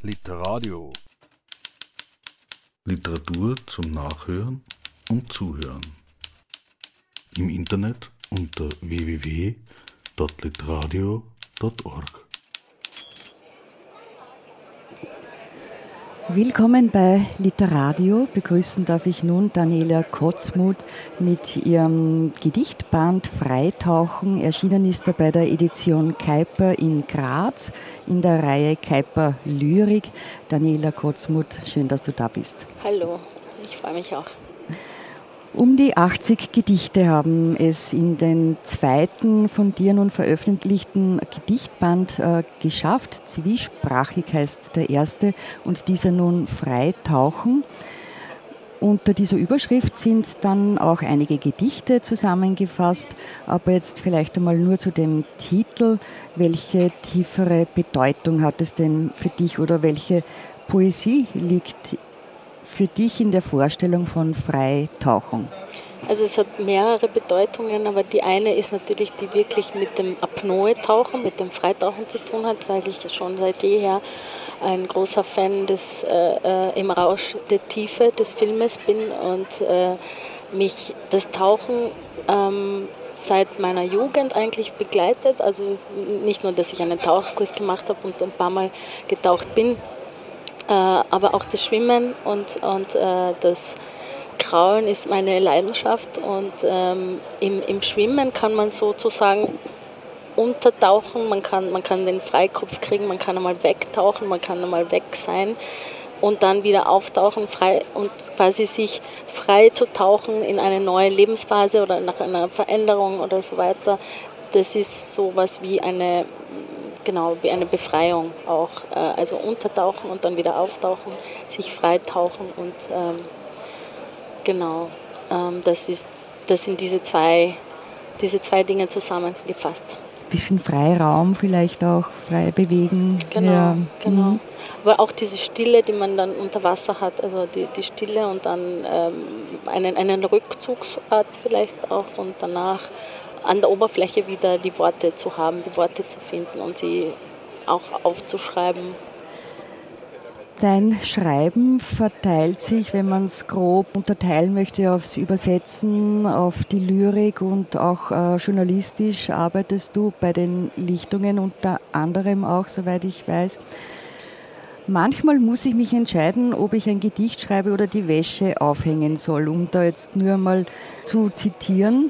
Literadio. Literatur zum Nachhören und Zuhören. Im Internet unter www.literadio.org. Willkommen bei Literadio. Begrüßen darf ich nun Daniela Kotzmuth mit ihrem Gedichtband Freitauchen. Erschienen ist er bei der Edition Keiper in Graz in der Reihe Keiper Lyrik. Daniela Kotzmuth, schön, dass du da bist. Hallo, ich freue mich auch. Um die 80 Gedichte haben es in den zweiten von dir nun veröffentlichten Gedichtband geschafft. Zwiesprachig heißt der erste und dieser nun Freitauchen. Unter dieser Überschrift sind dann auch einige Gedichte zusammengefasst, aber jetzt vielleicht einmal nur zu dem Titel. Welche tiefere Bedeutung hat es denn für dich oder welche Poesie liegt für dich in der Vorstellung von Freitauchen? Also es hat mehrere Bedeutungen, aber die eine ist natürlich, die wirklich mit dem Apnoe-Tauchen, mit dem Freitauchen zu tun hat, weil ich schon seit jeher ein großer Fan des Im Rausch der Tiefe des Filmes bin und mich das Tauchen seit meiner Jugend eigentlich begleitet. Also nicht nur, dass ich einen Tauchkurs gemacht habe und ein paar Mal getaucht bin, aber auch das Schwimmen und das Kraulen ist meine Leidenschaft und im Schwimmen kann man sozusagen untertauchen, man kann den Freikopf kriegen, man kann einmal wegtauchen, man kann einmal weg sein und dann wieder auftauchen frei und quasi sich frei zu tauchen in eine neue Lebensphase oder nach einer Veränderung oder so weiter. Das ist sowas wie eine Befreiung auch, also untertauchen und dann wieder auftauchen, sich freitauchen und das sind diese zwei Dinge zusammengefasst. Bisschen Freiraum vielleicht auch, frei bewegen. Genau, ja. genau. Aber auch diese Stille, die man dann unter Wasser hat, also die Stille und dann einen Rückzugsort vielleicht auch und danach an der Oberfläche wieder die Worte zu haben, die Worte zu finden und sie auch aufzuschreiben. Dein Schreiben verteilt sich, wenn man es grob unterteilen möchte, aufs Übersetzen, auf die Lyrik und auch journalistisch arbeitest du bei den Lichtungen unter anderem auch, soweit ich weiß. Manchmal muss ich mich entscheiden, ob ich ein Gedicht schreibe oder die Wäsche aufhängen soll, um da jetzt nur mal zu zitieren.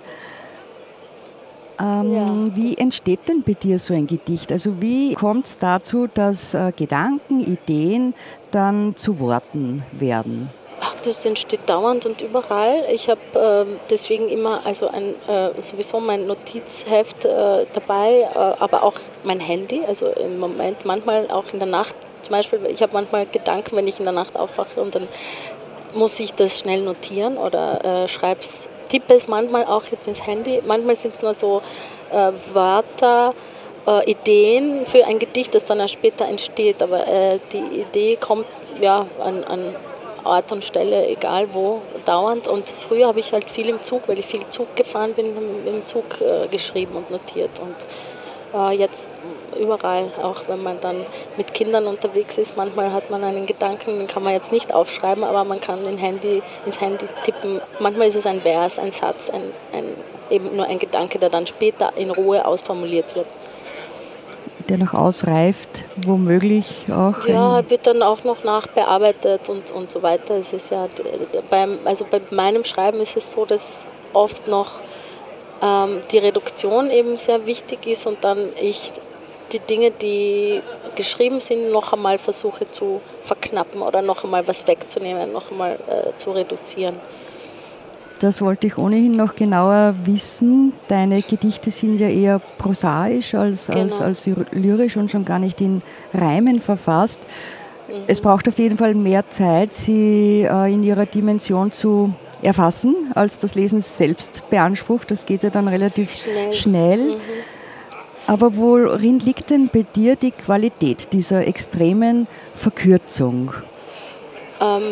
Wie entsteht denn bei dir so ein Gedicht? Also wie kommt es dazu, dass Gedanken, Ideen dann zu Worten werden? Ach, das entsteht dauernd und überall. Ich habe deswegen immer sowieso mein Notizheft dabei, aber auch mein Handy. Also im Moment manchmal auch in der Nacht. Zum Beispiel, ich habe manchmal Gedanken, wenn ich in der Nacht aufwache und dann muss ich das schnell notieren oder tippe es manchmal auch jetzt ins Handy. Manchmal sind es nur so Wörter, Ideen für ein Gedicht, das dann erst später entsteht. Aber die Idee kommt ja an Ort und Stelle, egal wo, dauernd. Und früher habe ich halt viel im Zug, weil ich viel Zug gefahren bin, im Zug geschrieben und notiert. Und jetzt überall, auch wenn man dann mit Kindern unterwegs ist, manchmal hat man einen Gedanken, den kann man jetzt nicht aufschreiben, aber man kann ins Handy tippen. Manchmal ist es ein Vers, ein Satz, eben nur ein Gedanke, der dann später in Ruhe ausformuliert wird. Der noch ausreift, womöglich auch? Ja, wird dann auch noch nachbearbeitet und so weiter. Es ist ja bei meinem Schreiben ist es so, dass oft noch die Reduktion eben sehr wichtig ist und dann ich die Dinge, die geschrieben sind, noch einmal versuche zu verknappen oder noch einmal was wegzunehmen, noch einmal zu reduzieren. Das wollte ich ohnehin noch genauer wissen. Deine Gedichte sind ja eher prosaisch als lyrisch und schon gar nicht in Reimen verfasst. Mhm. Es braucht auf jeden Fall mehr Zeit, sie in ihrer Dimension zu erfassen, als das Lesen selbst beansprucht. Das geht ja dann relativ schnell. Mhm. Aber worin liegt denn bei dir die Qualität dieser extremen Verkürzung?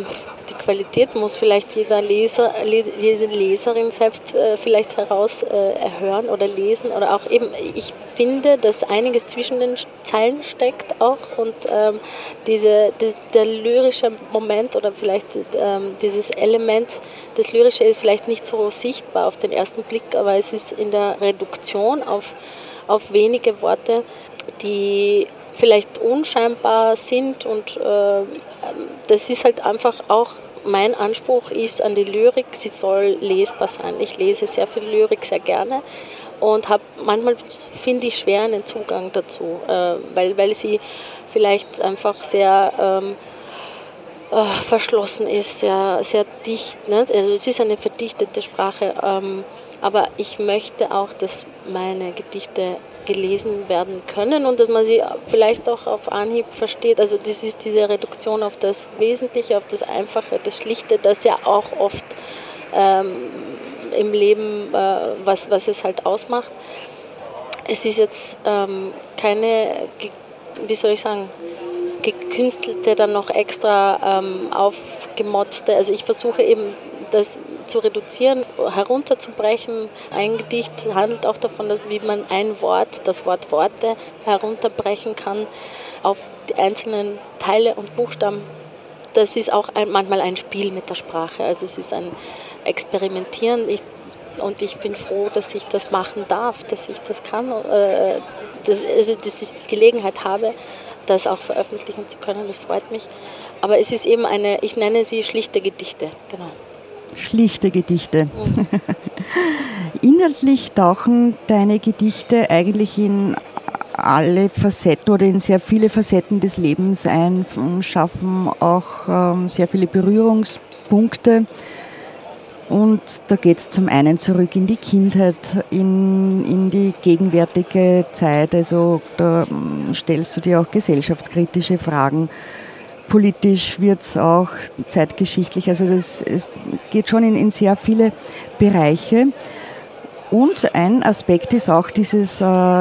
Die Qualität muss vielleicht jede Leserin selbst vielleicht heraus hören oder lesen. Oder auch eben, ich finde, dass einiges zwischen den Zeilen steckt auch. Und der lyrische Moment oder vielleicht dieses Element, das Lyrische ist vielleicht nicht so sichtbar auf den ersten Blick, aber es ist in der Reduktion auf wenige Worte, die vielleicht unscheinbar sind und das ist halt einfach auch mein Anspruch ist an die Lyrik, sie soll lesbar sein. Ich lese sehr viel Lyrik, sehr gerne und manchmal finde ich schwer einen Zugang dazu, weil sie vielleicht einfach sehr verschlossen ist, sehr, sehr dicht. Ne? Also es ist eine verdichtete Sprache, aber ich möchte auch, dass meine Gedichte gelesen werden können und dass man sie vielleicht auch auf Anhieb versteht. Also das ist diese Reduktion auf das Wesentliche, auf das Einfache, das Schlichte, das ja auch oft im Leben, was es halt ausmacht. Es ist jetzt keine, wie soll ich sagen, gekünstelte, dann noch extra aufgemotzte. Also ich versuche eben das zu reduzieren, herunterzubrechen. Ein Gedicht handelt auch davon, wie man das Wort Worte herunterbrechen kann auf die einzelnen Teile und Buchstaben. Das ist auch manchmal ein Spiel mit der Sprache, also es ist ein Experimentieren. Und ich bin froh, dass ich das machen darf, dass ich das kann, dass ich die Gelegenheit habe, das auch veröffentlichen zu können, das freut mich. Aber es ist eben ich nenne sie schlichte Gedichte, genau. Schlichte Gedichte. Mhm. Inhaltlich tauchen deine Gedichte eigentlich in alle Facetten oder in sehr viele Facetten des Lebens ein, schaffen auch sehr viele Berührungspunkte. Und da geht es zum einen zurück in die Kindheit, in die gegenwärtige Zeit. Also da stellst du dir auch gesellschaftskritische Fragen. Politisch wird es auch zeitgeschichtlich. Also das geht schon in sehr viele Bereiche. Und ein Aspekt ist auch dieses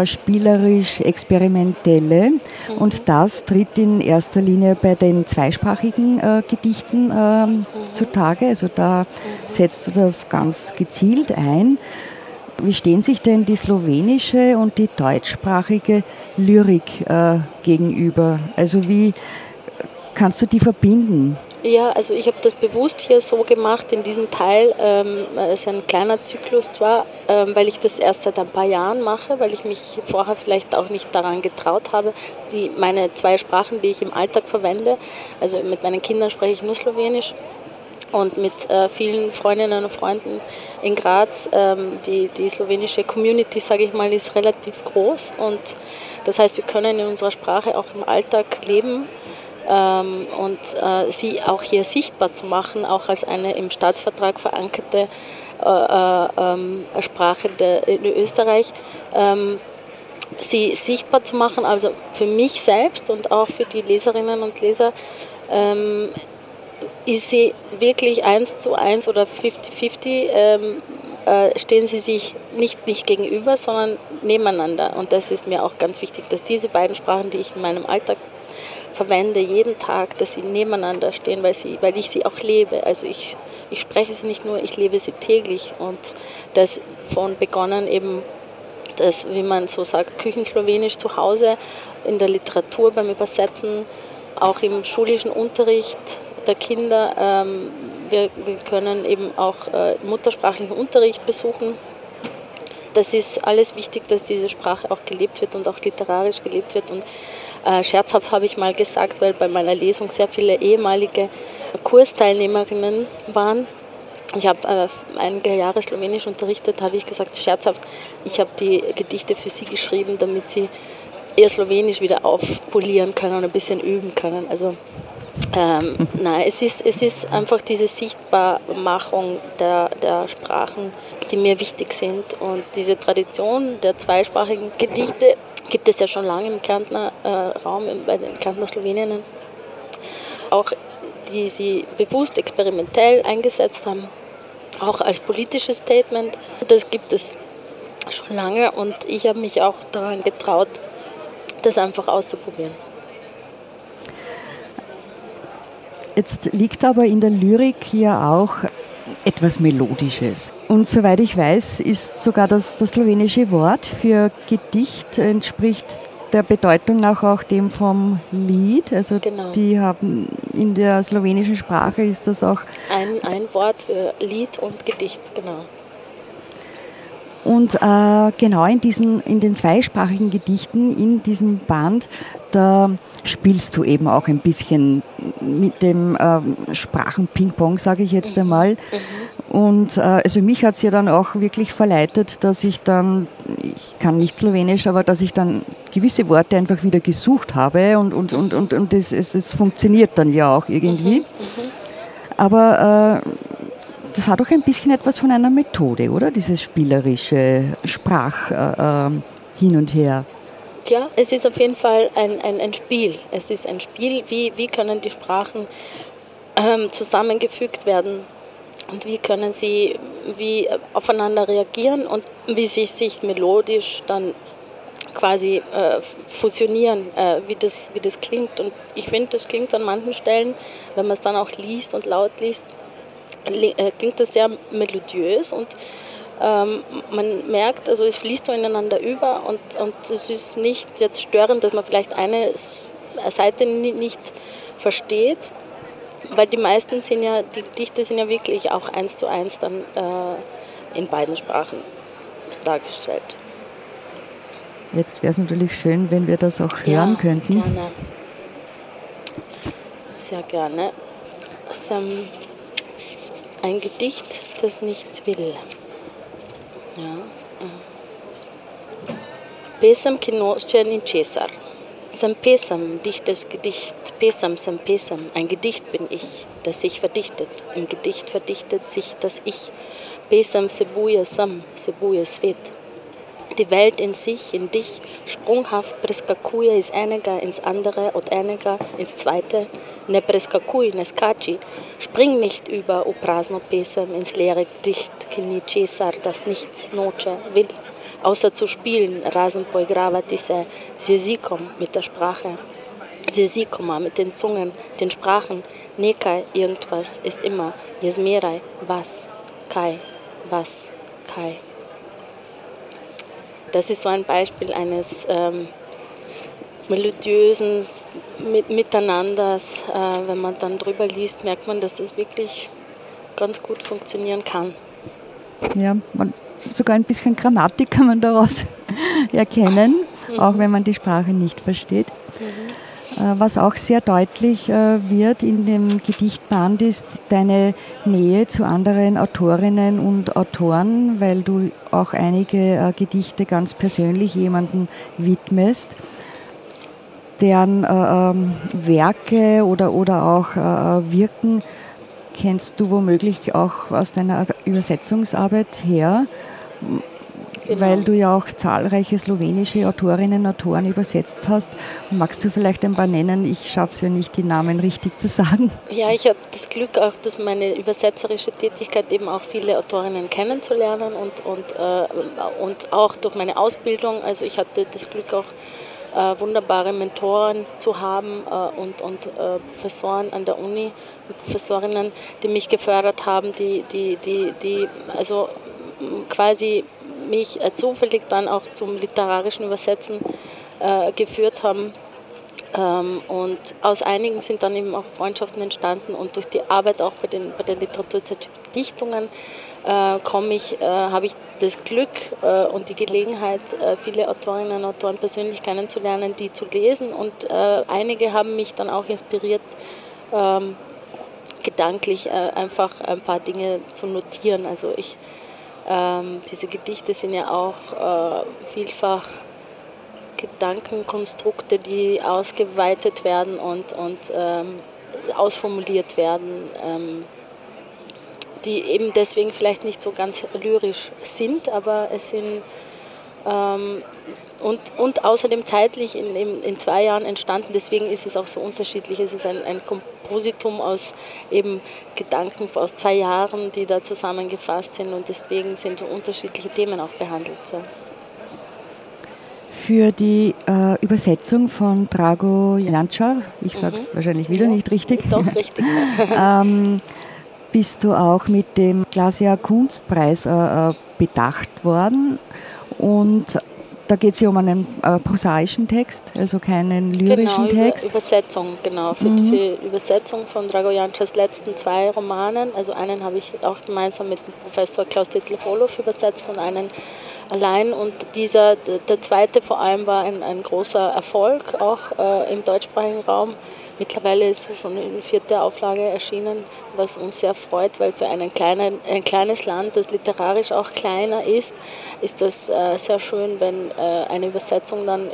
spielerisch-experimentelle. Und das tritt in erster Linie bei den zweisprachigen Gedichten zutage. Also da setzt du das ganz gezielt ein. Wie stehen sich denn die slowenische und die deutschsprachige Lyrik gegenüber? Also wie kannst du die verbinden? Ja, also ich habe das bewusst hier so gemacht in diesem Teil. Es ist ein kleiner Zyklus zwar, weil ich das erst seit ein paar Jahren mache, weil ich mich vorher vielleicht auch nicht daran getraut habe. Meine zwei Sprachen, die ich im Alltag verwende, also mit meinen Kindern spreche ich nur Slowenisch und mit vielen Freundinnen und Freunden in Graz. Die slowenische Community, sage ich mal, ist relativ groß und das heißt, wir können in unserer Sprache auch im Alltag leben. Und sie auch hier sichtbar zu machen, auch als eine im Staatsvertrag verankerte Sprache in Österreich, sie sichtbar zu machen, also für mich selbst und auch für die Leserinnen und Leser, ist sie wirklich 1:1 oder 50-50, stehen sie sich nicht gegenüber, sondern nebeneinander. Und das ist mir auch ganz wichtig, dass diese beiden Sprachen, die ich in meinem Alltag verwende, jeden Tag, dass sie nebeneinander stehen, weil ich sie auch lebe. Also ich spreche sie nicht nur, ich lebe sie täglich. Und das von begonnen eben, das, wie man so sagt, Küchenslowenisch zu Hause, in der Literatur beim Übersetzen, auch im schulischen Unterricht der Kinder. Wir können eben auch muttersprachlichen Unterricht besuchen. Das ist alles wichtig, dass diese Sprache auch gelebt wird und auch literarisch gelebt wird. Und scherzhaft habe ich mal gesagt, weil bei meiner Lesung sehr viele ehemalige Kursteilnehmerinnen waren. Ich habe einige Jahre Slowenisch unterrichtet, habe ich gesagt, scherzhaft, ich habe die Gedichte für sie geschrieben, damit sie ihr Slowenisch wieder aufpolieren können und ein bisschen üben können. Also nein, es ist einfach diese Sichtbarmachung der Sprachen, die mir wichtig sind. Und diese Tradition der zweisprachigen Gedichte gibt es ja schon lange im Kärntner Raum, bei den Kärntner Sloweninnen. Auch die sie bewusst experimentell eingesetzt haben, auch als politisches Statement. Das gibt es schon lange und ich habe mich auch daran getraut, das einfach auszuprobieren. Jetzt liegt aber in der Lyrik ja auch etwas Melodisches. Und soweit ich weiß, ist sogar das slowenische Wort für Gedicht entspricht der Bedeutung nach auch dem vom Lied. Also Genau. die haben in der slowenischen Sprache ist das auch. Ein Wort für Lied und Gedicht, genau. Und genau in den zweisprachigen Gedichten, in diesem Band, da spielst du eben auch ein bisschen mit dem Sprachen-Ping-Pong, sage ich jetzt einmal. Und also mich hat es ja dann auch wirklich verleitet, dass ich kann nicht Slowenisch, aber dass ich dann gewisse Worte einfach wieder gesucht habe und es funktioniert dann ja auch irgendwie. Aber das hat auch ein bisschen etwas von einer Methode, oder? Dieses spielerische Sprach hin und her. Ja, es ist auf jeden Fall ein Spiel. Es ist ein Spiel, wie können die Sprachen zusammengefügt werden und wie können sie aufeinander reagieren und wie sie sich melodisch dann quasi fusionieren, wie das klingt. Und ich finde, das klingt an manchen Stellen, wenn man es dann auch liest und laut liest, klingt das sehr melodiös und man merkt, also es fließt so ineinander über und es ist nicht jetzt störend, dass man vielleicht eine Seite nicht versteht, weil die Gedichte sind ja wirklich auch 1:1 dann in beiden Sprachen dargestellt. Jetzt wäre es natürlich schön, wenn wir das auch hören könnten. Gerne. Sehr gerne. Es ist ein Gedicht, das nichts will. Ja. Pesam ki noče ničesar. Sem Pesam, dichtes Gedicht. Pesam, sem Pesam, ein Gedicht bin ich, das sich verdichtet. Im Gedicht verdichtet sich das Ich. Pesam sebuje sam, sebuje svet. Die Welt in sich, in dich, sprunghaft preskakuje iz enega ins andere und enega ins zweite. Ne preskakuj, ne skači. Spring nicht über, o prazno Pesam, ins leere Gedicht, ki ničesar, das nichts noče will. Außer zu spielen, razen poigravati se, z jezikom, mit der Sprache, z jezikoma, mit den Zungen, den Sprachen, nekaj, irgendwas, ist immer, jesmeraj, was, kai, kai. Das ist so ein Beispiel eines melodiösen Miteinanders. Wenn man dann drüber liest, merkt man, dass das wirklich ganz gut funktionieren kann. Ja, sogar ein bisschen Grammatik kann man daraus erkennen, auch wenn man die Sprache nicht versteht. Was auch sehr deutlich wird in dem Gedichtband ist deine Nähe zu anderen Autorinnen und Autoren, weil du auch einige Gedichte ganz persönlich jemandem widmest, deren Werke oder auch Wirken kennst du womöglich auch aus deiner Übersetzungsarbeit her. Genau. Weil du ja auch zahlreiche slowenische Autorinnen und Autoren übersetzt hast. Magst du vielleicht ein paar nennen? Ich schaffe es ja nicht, die Namen richtig zu sagen. Ja, ich habe das Glück, auch durch meine übersetzerische Tätigkeit eben auch viele Autorinnen kennenzulernen und auch durch meine Ausbildung. Also ich hatte das Glück, auch wunderbare Mentoren zu haben und Professoren an der Uni und Professorinnen, die mich gefördert haben, die also quasi mich zufällig dann auch zum literarischen Übersetzen geführt haben. Und aus einigen sind dann eben auch Freundschaften entstanden und durch die Arbeit auch bei den Literaturzeitschrift Dichtungen habe ich das Glück und die Gelegenheit, viele Autorinnen und Autoren persönlich kennenzulernen, die zu lesen, und einige haben mich dann auch inspiriert, gedanklich einfach ein paar Dinge zu notieren. Also diese Gedichte sind ja auch vielfach Gedankenkonstrukte, die ausgeweitet werden und ausformuliert werden, die eben deswegen vielleicht nicht so ganz lyrisch sind, aber es sind und außerdem zeitlich in 2 Jahren entstanden. Deswegen ist es auch so unterschiedlich. Es ist ein Kompositum aus eben Gedanken aus 2 Jahren, die da zusammengefasst sind, und deswegen sind so unterschiedliche Themen auch behandelt. So. für die Übersetzung von Drago Jančar. Ich sage es wahrscheinlich wieder nicht richtig. Doch, richtig. Bist du auch mit dem Glaser Kunstpreis bedacht worden. Und da geht es ja um einen prosaischen Text, also keinen lyrischen Text. Übersetzung, genau. Für die Übersetzung von Drago Jančars letzten 2 Romanen. Also einen habe ich auch gemeinsam mit dem Professor Klaus Detlev übersetzt und einen allein. Und der zweite vor allem war ein großer Erfolg, auch im deutschsprachigen Raum. Mittlerweile ist schon in 4. Auflage erschienen, was uns sehr freut, weil für ein kleines Land, das literarisch auch kleiner ist das sehr schön, wenn eine Übersetzung dann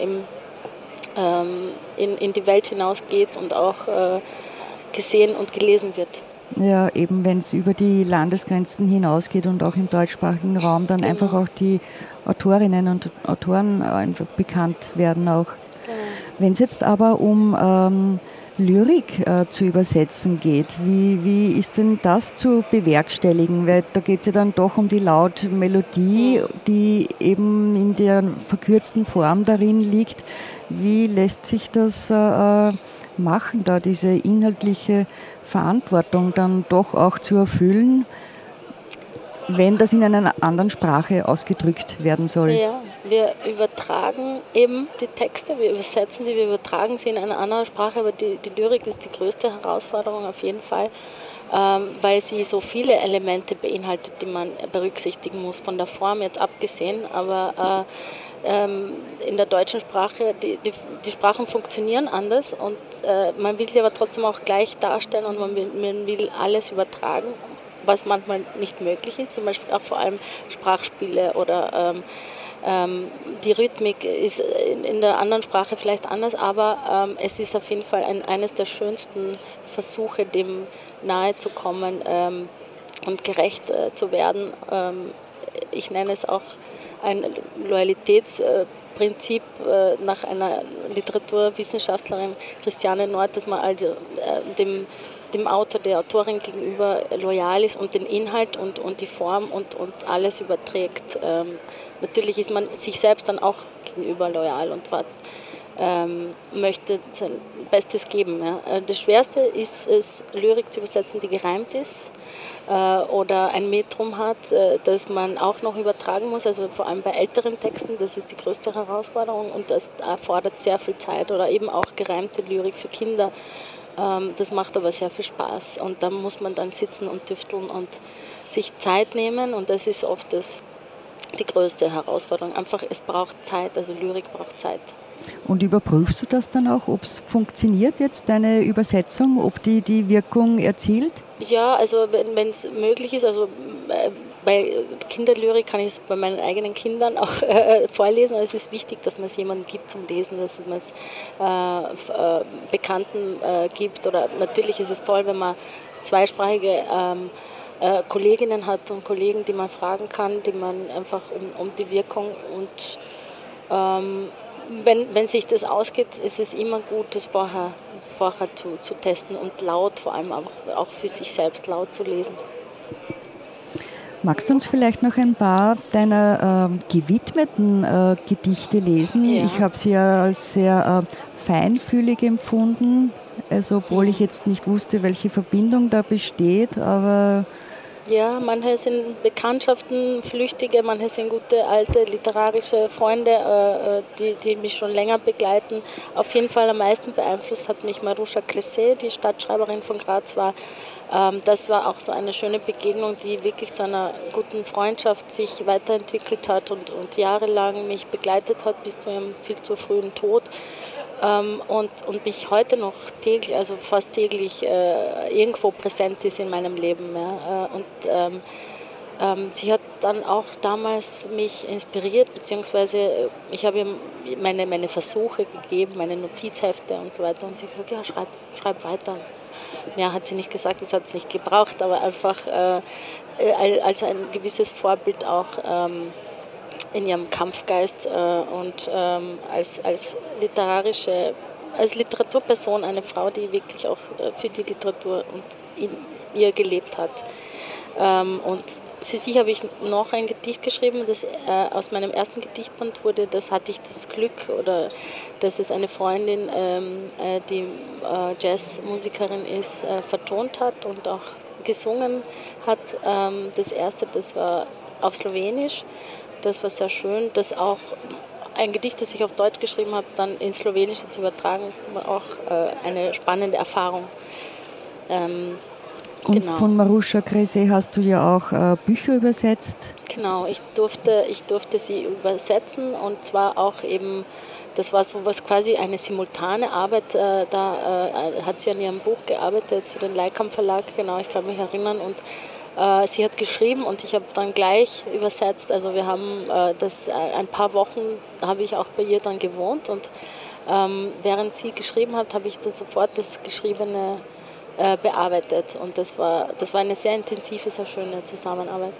in die Welt hinausgeht und auch gesehen und gelesen wird. Ja, eben wenn es über die Landesgrenzen hinausgeht und auch im deutschsprachigen Raum dann einfach auch die Autorinnen und Autoren einfach bekannt werden auch. Wenn es jetzt aber um Lyrik zu übersetzen geht. Wie ist denn das zu bewerkstelligen? Weil da geht es ja dann doch um die Lautmelodie, die eben in der verkürzten Form darin liegt. Wie lässt sich das machen, da diese inhaltliche Verantwortung dann doch auch zu erfüllen, wenn das in einer anderen Sprache ausgedrückt werden soll? Ja, wir übertragen eben die Texte, wir übersetzen sie, wir übertragen sie in eine andere Sprache, aber die Lyrik ist die größte Herausforderung auf jeden Fall, weil sie so viele Elemente beinhaltet, die man berücksichtigen muss, von der Form jetzt abgesehen, aber in der deutschen Sprache, die Sprachen funktionieren anders und man will sie aber trotzdem auch gleich darstellen und man will alles übertragen, was manchmal nicht möglich ist, zum Beispiel auch vor allem Sprachspiele oder die Rhythmik ist in der anderen Sprache vielleicht anders, aber es ist auf jeden Fall eines der schönsten Versuche, dem nahe zu kommen und gerecht zu werden. Ich nenne es auch ein Loyalitätsprinzip nach einer Literaturwissenschaftlerin Christiane Nord, dass man also dem Autor, der Autorin gegenüber loyal ist und den Inhalt und die Form und alles überträgt. Natürlich ist man sich selbst dann auch gegenüber loyal und möchte sein Bestes geben. Ja. Das Schwerste ist es, Lyrik zu übersetzen, die gereimt ist oder ein Metrum hat, das man auch noch übertragen muss, also vor allem bei älteren Texten, das ist die größte Herausforderung und das erfordert sehr viel Zeit oder eben auch gereimte Lyrik für Kinder. Das macht aber sehr viel Spaß und da muss man dann sitzen und tüfteln und sich Zeit nehmen und das ist oft die größte Herausforderung. Einfach, es braucht Zeit, also Lyrik braucht Zeit. Und überprüfst du das dann auch, ob es funktioniert jetzt, deine Übersetzung, ob die Wirkung erzielt? Ja, also wenn es möglich ist, also bei Kinderlyrik kann ich es bei meinen eigenen Kindern auch vorlesen. Es ist wichtig, dass man es jemandem gibt zum Lesen, dass man es Bekannten gibt. Oder natürlich ist es toll, wenn man zweisprachige Kolleginnen hat und Kollegen, die man fragen kann, die man einfach um die Wirkung und wenn sich das ausgeht, ist es immer gut, das vorher zu testen und laut, vor allem auch für sich selbst laut zu lesen. Magst du uns vielleicht noch ein paar deiner gewidmeten Gedichte lesen? Ja. Ich habe sie ja als sehr feinfühlig empfunden, also obwohl ich jetzt nicht wusste, welche Verbindung da besteht, aber... Ja, manche sind Bekanntschaften, Flüchtige, manche sind gute alte literarische Freunde, die mich schon länger begleiten. Auf jeden Fall am meisten beeinflusst hat mich Marusha Klesse, die Stadtschreiberin von Graz war. Das war auch so eine schöne Begegnung, die wirklich zu einer guten Freundschaft sich weiterentwickelt hat und jahrelang mich begleitet hat bis zu ihrem viel zu frühen Tod. Und mich heute noch täglich, also fast täglich irgendwo präsent ist in meinem Leben. Ja. Sie hat dann auch damals mich inspiriert, beziehungsweise ich habe ihr meine Versuche gegeben, meine Notizhefte und so weiter. Und sie hat gesagt, ja, schreib weiter. Mehr hat sie nicht gesagt, das hat sie nicht gebraucht, aber einfach als ein gewisses Vorbild auch in ihrem Kampfgeist und als Literaturperson eine Frau, die wirklich auch für die Literatur und in ihr gelebt hat. Und für sie habe ich noch ein Gedicht geschrieben, das aus meinem ersten Gedichtband wurde. Das hatte ich das Glück, oder dass es eine Freundin, die Jazzmusikerin ist, vertont hat und auch gesungen hat. Das erste, das war auf Slowenisch. Das war sehr schön. Das auch ein Gedicht, das ich auf Deutsch geschrieben habe, dann ins Slowenische zu übertragen, war auch eine spannende Erfahrung. Und genau. Von Marusha Krese hast du ja auch Bücher übersetzt. Genau, ich durfte sie übersetzen, und zwar auch eben, das war so was quasi eine simultane Arbeit, da hat sie an ihrem Buch gearbeitet für den Leikam Verlag, genau, ich kann mich erinnern, und sie hat geschrieben und ich habe dann gleich übersetzt, also wir haben das ein paar Wochen, habe ich auch bei ihr dann gewohnt, und während sie geschrieben hat, habe ich dann sofort das Geschriebene bearbeitet, und das war eine sehr intensive, sehr schöne Zusammenarbeit.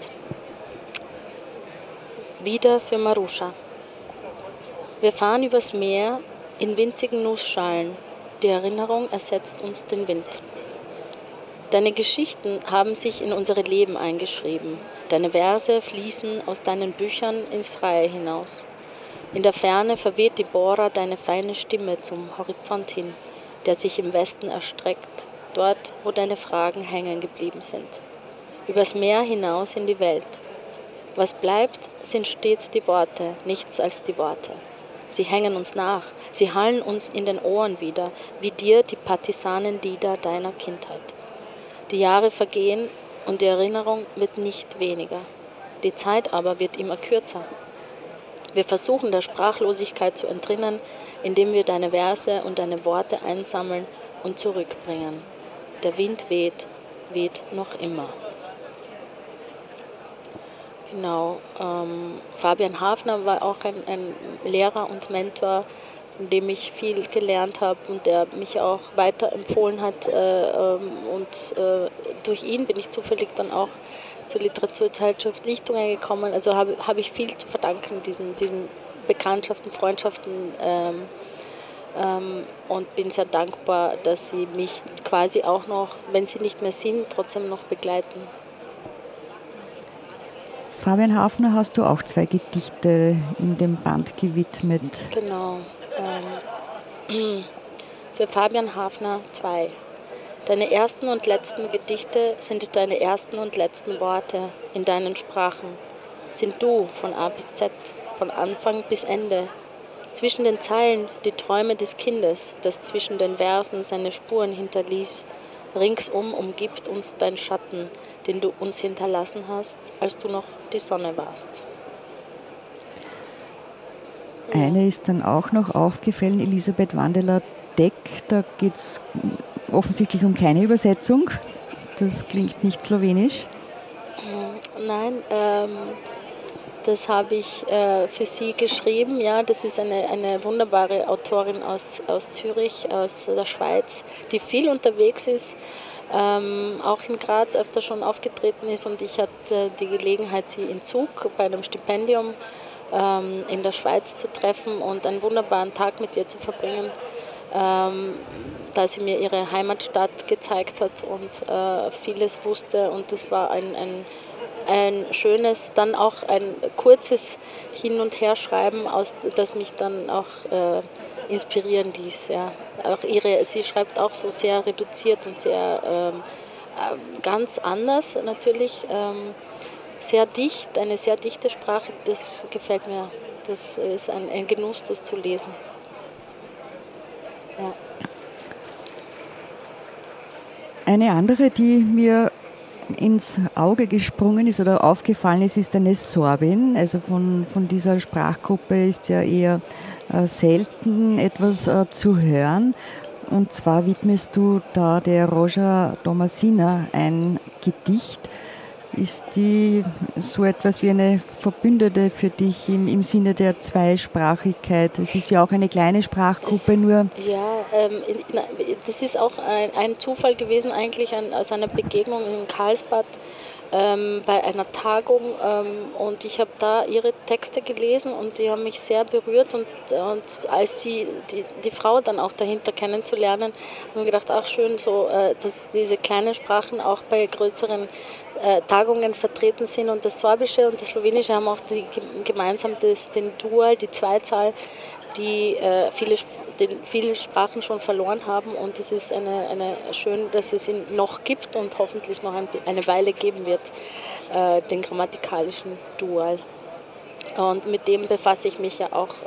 Wieder für Marusha. Wir fahren übers Meer in winzigen Nussschalen. Die Erinnerung ersetzt uns den Wind. Deine Geschichten haben sich in unsere Leben eingeschrieben. Deine Verse fließen aus deinen Büchern ins Freie hinaus. In der Ferne verweht die Bora deine feine Stimme zum Horizont hin, der sich im Westen erstreckt, dort, wo deine Fragen hängen geblieben sind. Übers Meer hinaus in die Welt. Was bleibt, sind stets die Worte, nichts als die Worte. Sie hängen uns nach, sie hallen uns in den Ohren wieder, wie dir die Partisanenlieder deiner Kindheit. Die Jahre vergehen und die Erinnerung wird nicht weniger. Die Zeit aber wird immer kürzer. Wir versuchen der Sprachlosigkeit zu entrinnen, indem wir deine Verse und deine Worte einsammeln und zurückbringen. Der Wind weht, weht noch immer. Genau, Fabian Hafner war auch ein Lehrer und Mentor, von dem ich viel gelernt habe und der mich auch weiterempfohlen hat. Durch ihn bin ich zufällig dann auch zur Literaturzeitschrift Lichtungen gekommen. Also habe ich viel zu verdanken, diesen Bekanntschaften, Freundschaften, und bin sehr dankbar, dass sie mich quasi auch noch, wenn sie nicht mehr sind, trotzdem noch begleiten. Fabian Hafner hast du auch 2 Gedichte in dem Band gewidmet. Genau. Für Fabian Hafner 2. Deine ersten und letzten Gedichte sind deine ersten und letzten Worte in deinen Sprachen. Sind du von A bis Z, von Anfang bis Ende. Zwischen den Zeilen die Träume des Kindes, das zwischen den Versen seine Spuren hinterließ. Ringsum umgibt uns dein Schatten, den du uns hinterlassen hast, als du noch die Sonne warst. Eine ist dann auch noch aufgefallen, Elisabeth Wandeler-Deck, da geht es offensichtlich um keine Übersetzung. Das klingt nicht slowenisch. Nein, das habe ich für sie geschrieben. Ja, das ist eine wunderbare Autorin aus Zürich, aus der Schweiz, die viel unterwegs ist, auch in Graz öfter schon aufgetreten ist, und ich hatte die Gelegenheit, sie in Zug bei einem Stipendium in der Schweiz zu treffen und einen wunderbaren Tag mit ihr zu verbringen, da sie mir ihre Heimatstadt gezeigt hat und vieles wusste, und das war ein schönes, dann auch ein kurzes Hin- und Herschreiben, das mich dann auch inspirieren ließ. Ja. Auch sie schreibt auch so sehr reduziert und sehr ganz anders natürlich, sehr dicht, eine sehr dichte Sprache, das gefällt mir. Das ist ein Genuss, das zu lesen. Ja. Eine andere, die mir ins Auge gesprungen ist oder aufgefallen ist eine Sorbin. Also von dieser Sprachgruppe ist ja eher selten etwas zu hören. Und zwar widmest du da der Roja Tomasina ein Gedicht. Ist die so etwas wie eine Verbündete für dich im Sinne der Zweisprachigkeit? Es ist ja auch eine kleine Sprachgruppe, das ist auch ein Zufall gewesen, eigentlich aus einer Begegnung in Karlsbad bei einer Tagung, und ich habe da ihre Texte gelesen und die haben mich sehr berührt, und als die Frau dann auch dahinter kennenzulernen, habe ich gedacht, ach schön, so, dass diese kleinen Sprachen auch bei größeren Tagungen vertreten sind. Und das Sorbische und das Slowenische haben auch gemeinsam den Dual, die Zweizahl, die viele Sprachen schon verloren haben. Und es ist schön, dass es ihn noch gibt und hoffentlich noch eine Weile geben wird, den grammatikalischen Dual. Und mit dem befasse ich mich ja auch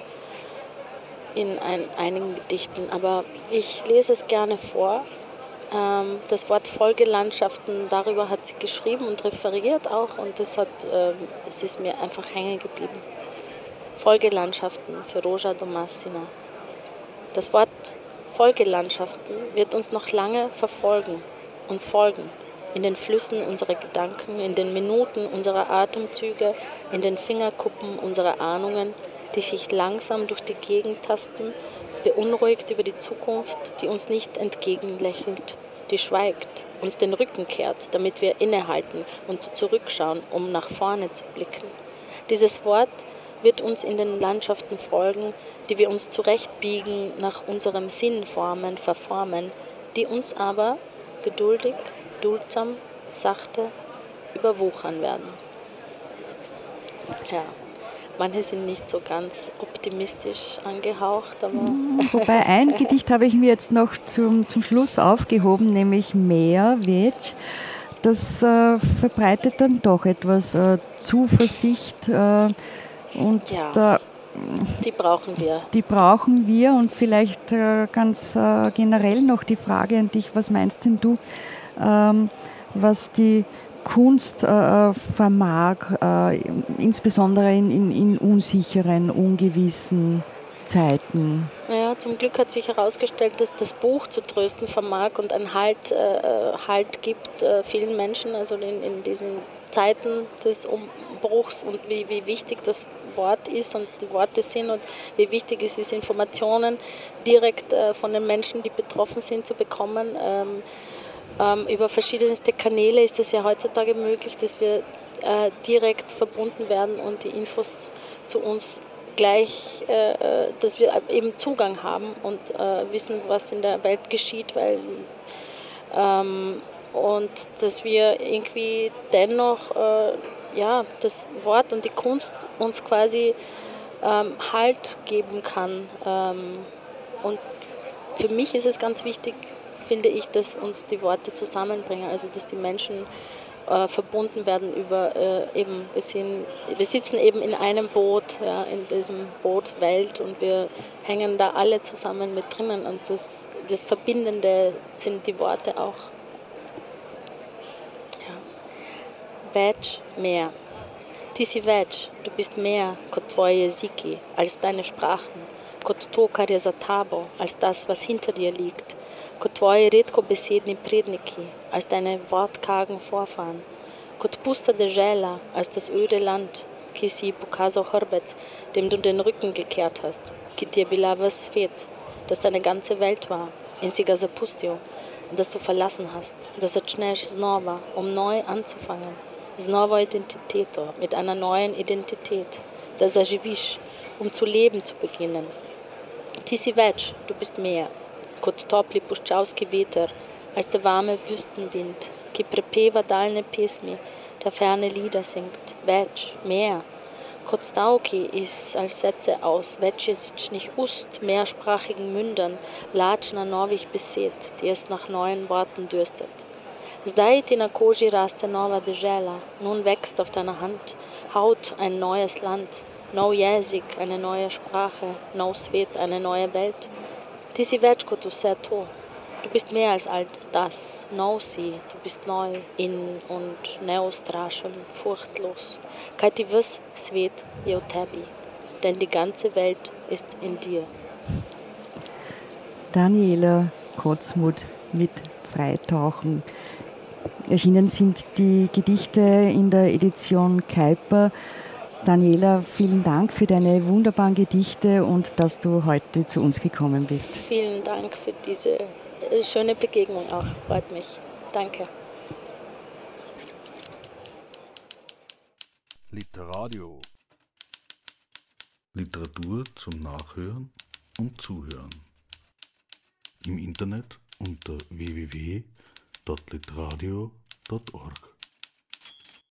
in einigen Gedichten. Aber ich lese es gerne vor. Das Wort Folgelandschaften, darüber hat sie geschrieben und referiert auch. Und es ist mir einfach hängen geblieben. Folgelandschaften für Rózsa Domassina. Das Wort Folgelandschaften wird uns noch lange uns folgen. In den Flüssen unserer Gedanken, in den Minuten unserer Atemzüge, in den Fingerkuppen unserer Ahnungen, die sich langsam durch die Gegend tasten, beunruhigt über die Zukunft, die uns nicht entgegenlächelt, die schweigt, uns den Rücken kehrt, damit wir innehalten und zurückschauen, um nach vorne zu blicken. Dieses Wort wird uns in den Landschaften folgen, die wir uns zurechtbiegen, nach unserem Sinn verformen, die uns aber geduldig, duldsam, sachte überwuchern werden. Ja. Manche sind nicht so ganz optimistisch angehaucht. Aber wobei ein Gedicht habe ich mir jetzt noch zum Schluss aufgehoben, nämlich Mehr, Već. Das verbreitet dann doch etwas Zuversicht. Und ja, die brauchen wir. Die brauchen wir. Und vielleicht ganz generell noch die Frage an dich, was meinst denn du, was die Kunst vermag, insbesondere in unsicheren, ungewissen Zeiten? Ja, zum Glück hat sich herausgestellt, dass das Buch zu trösten vermag und einen Halt gibt vielen Menschen, also in diesen Zeiten des Umbruchs, und wie wichtig das Wort ist und die Worte sind und wie wichtig es ist, Informationen direkt von den Menschen, die betroffen sind, zu bekommen. Über verschiedenste Kanäle ist es ja heutzutage möglich, dass wir direkt verbunden werden und die Infos zu uns gleich, dass wir eben Zugang haben und wissen, was in der Welt geschieht, und dass wir irgendwie dennoch das Wort und die Kunst uns quasi Halt geben kann. Und für mich ist es ganz wichtig, finde ich, dass uns die Worte zusammenbringen, also dass die Menschen verbunden werden über wir sitzen eben in einem Boot, ja, in diesem Boot Welt, und wir hängen da alle zusammen mit drinnen, und das Verbindende sind die Worte auch. Ja. Već, mehr. Ti si već, du bist mehr kot tvoje jeziki, als deine Sprachen, kot to, kar je za tabo, als das, was hinter dir liegt, kot tvoji redkobesedni predniki, als deine wortkargen Vorfahren, kot pusta dežela, als das öde Land, ki si pokazal hrbet, dem du den Rücken gekehrt hast, ki ti je bila ves svet, das deine ganze Welt war, in si ga zapustil, und das du verlassen hast, da začneš znova, neu anzufangen, z novo identiteto, mit einer neuen Identität, da zaživiš, zu leben zu beginnen. Ti si več, du bist mehr, kot topli puščavski veter, als der warme Wüstenwind, ki prepeva daljne pesmi, der ferne Lieder singt. Več, mehr, kot stavki als Sätze aus večjezičnih ust, mehrsprachigen Mündern, lačna novih besed, die es nach neuen Worten dürstet. Zdaj ti na koži raste nova dežela, nun wächst auf deiner Haut ein neues Land, nov jezik, eine neue Sprache, nov svet, eine neue Welt. Ti si več kot vse to. Du bist mehr als all das, nov si, du bist neu, in und neustrašen, furchtlos. Kaj ti ves svet je v tebi, denn die ganze Welt ist in dir. Daniela Kotzmuth mit Freitauchen. Erschienen sind die Gedichte in der Edition Kuiper. Daniela, vielen Dank für deine wunderbaren Gedichte und dass du heute zu uns gekommen bist. Vielen Dank für diese schöne Begegnung auch. Freut mich. Danke. Literadio. Literatur zum Nachhören und Zuhören. Im Internet unter www.literadio.org.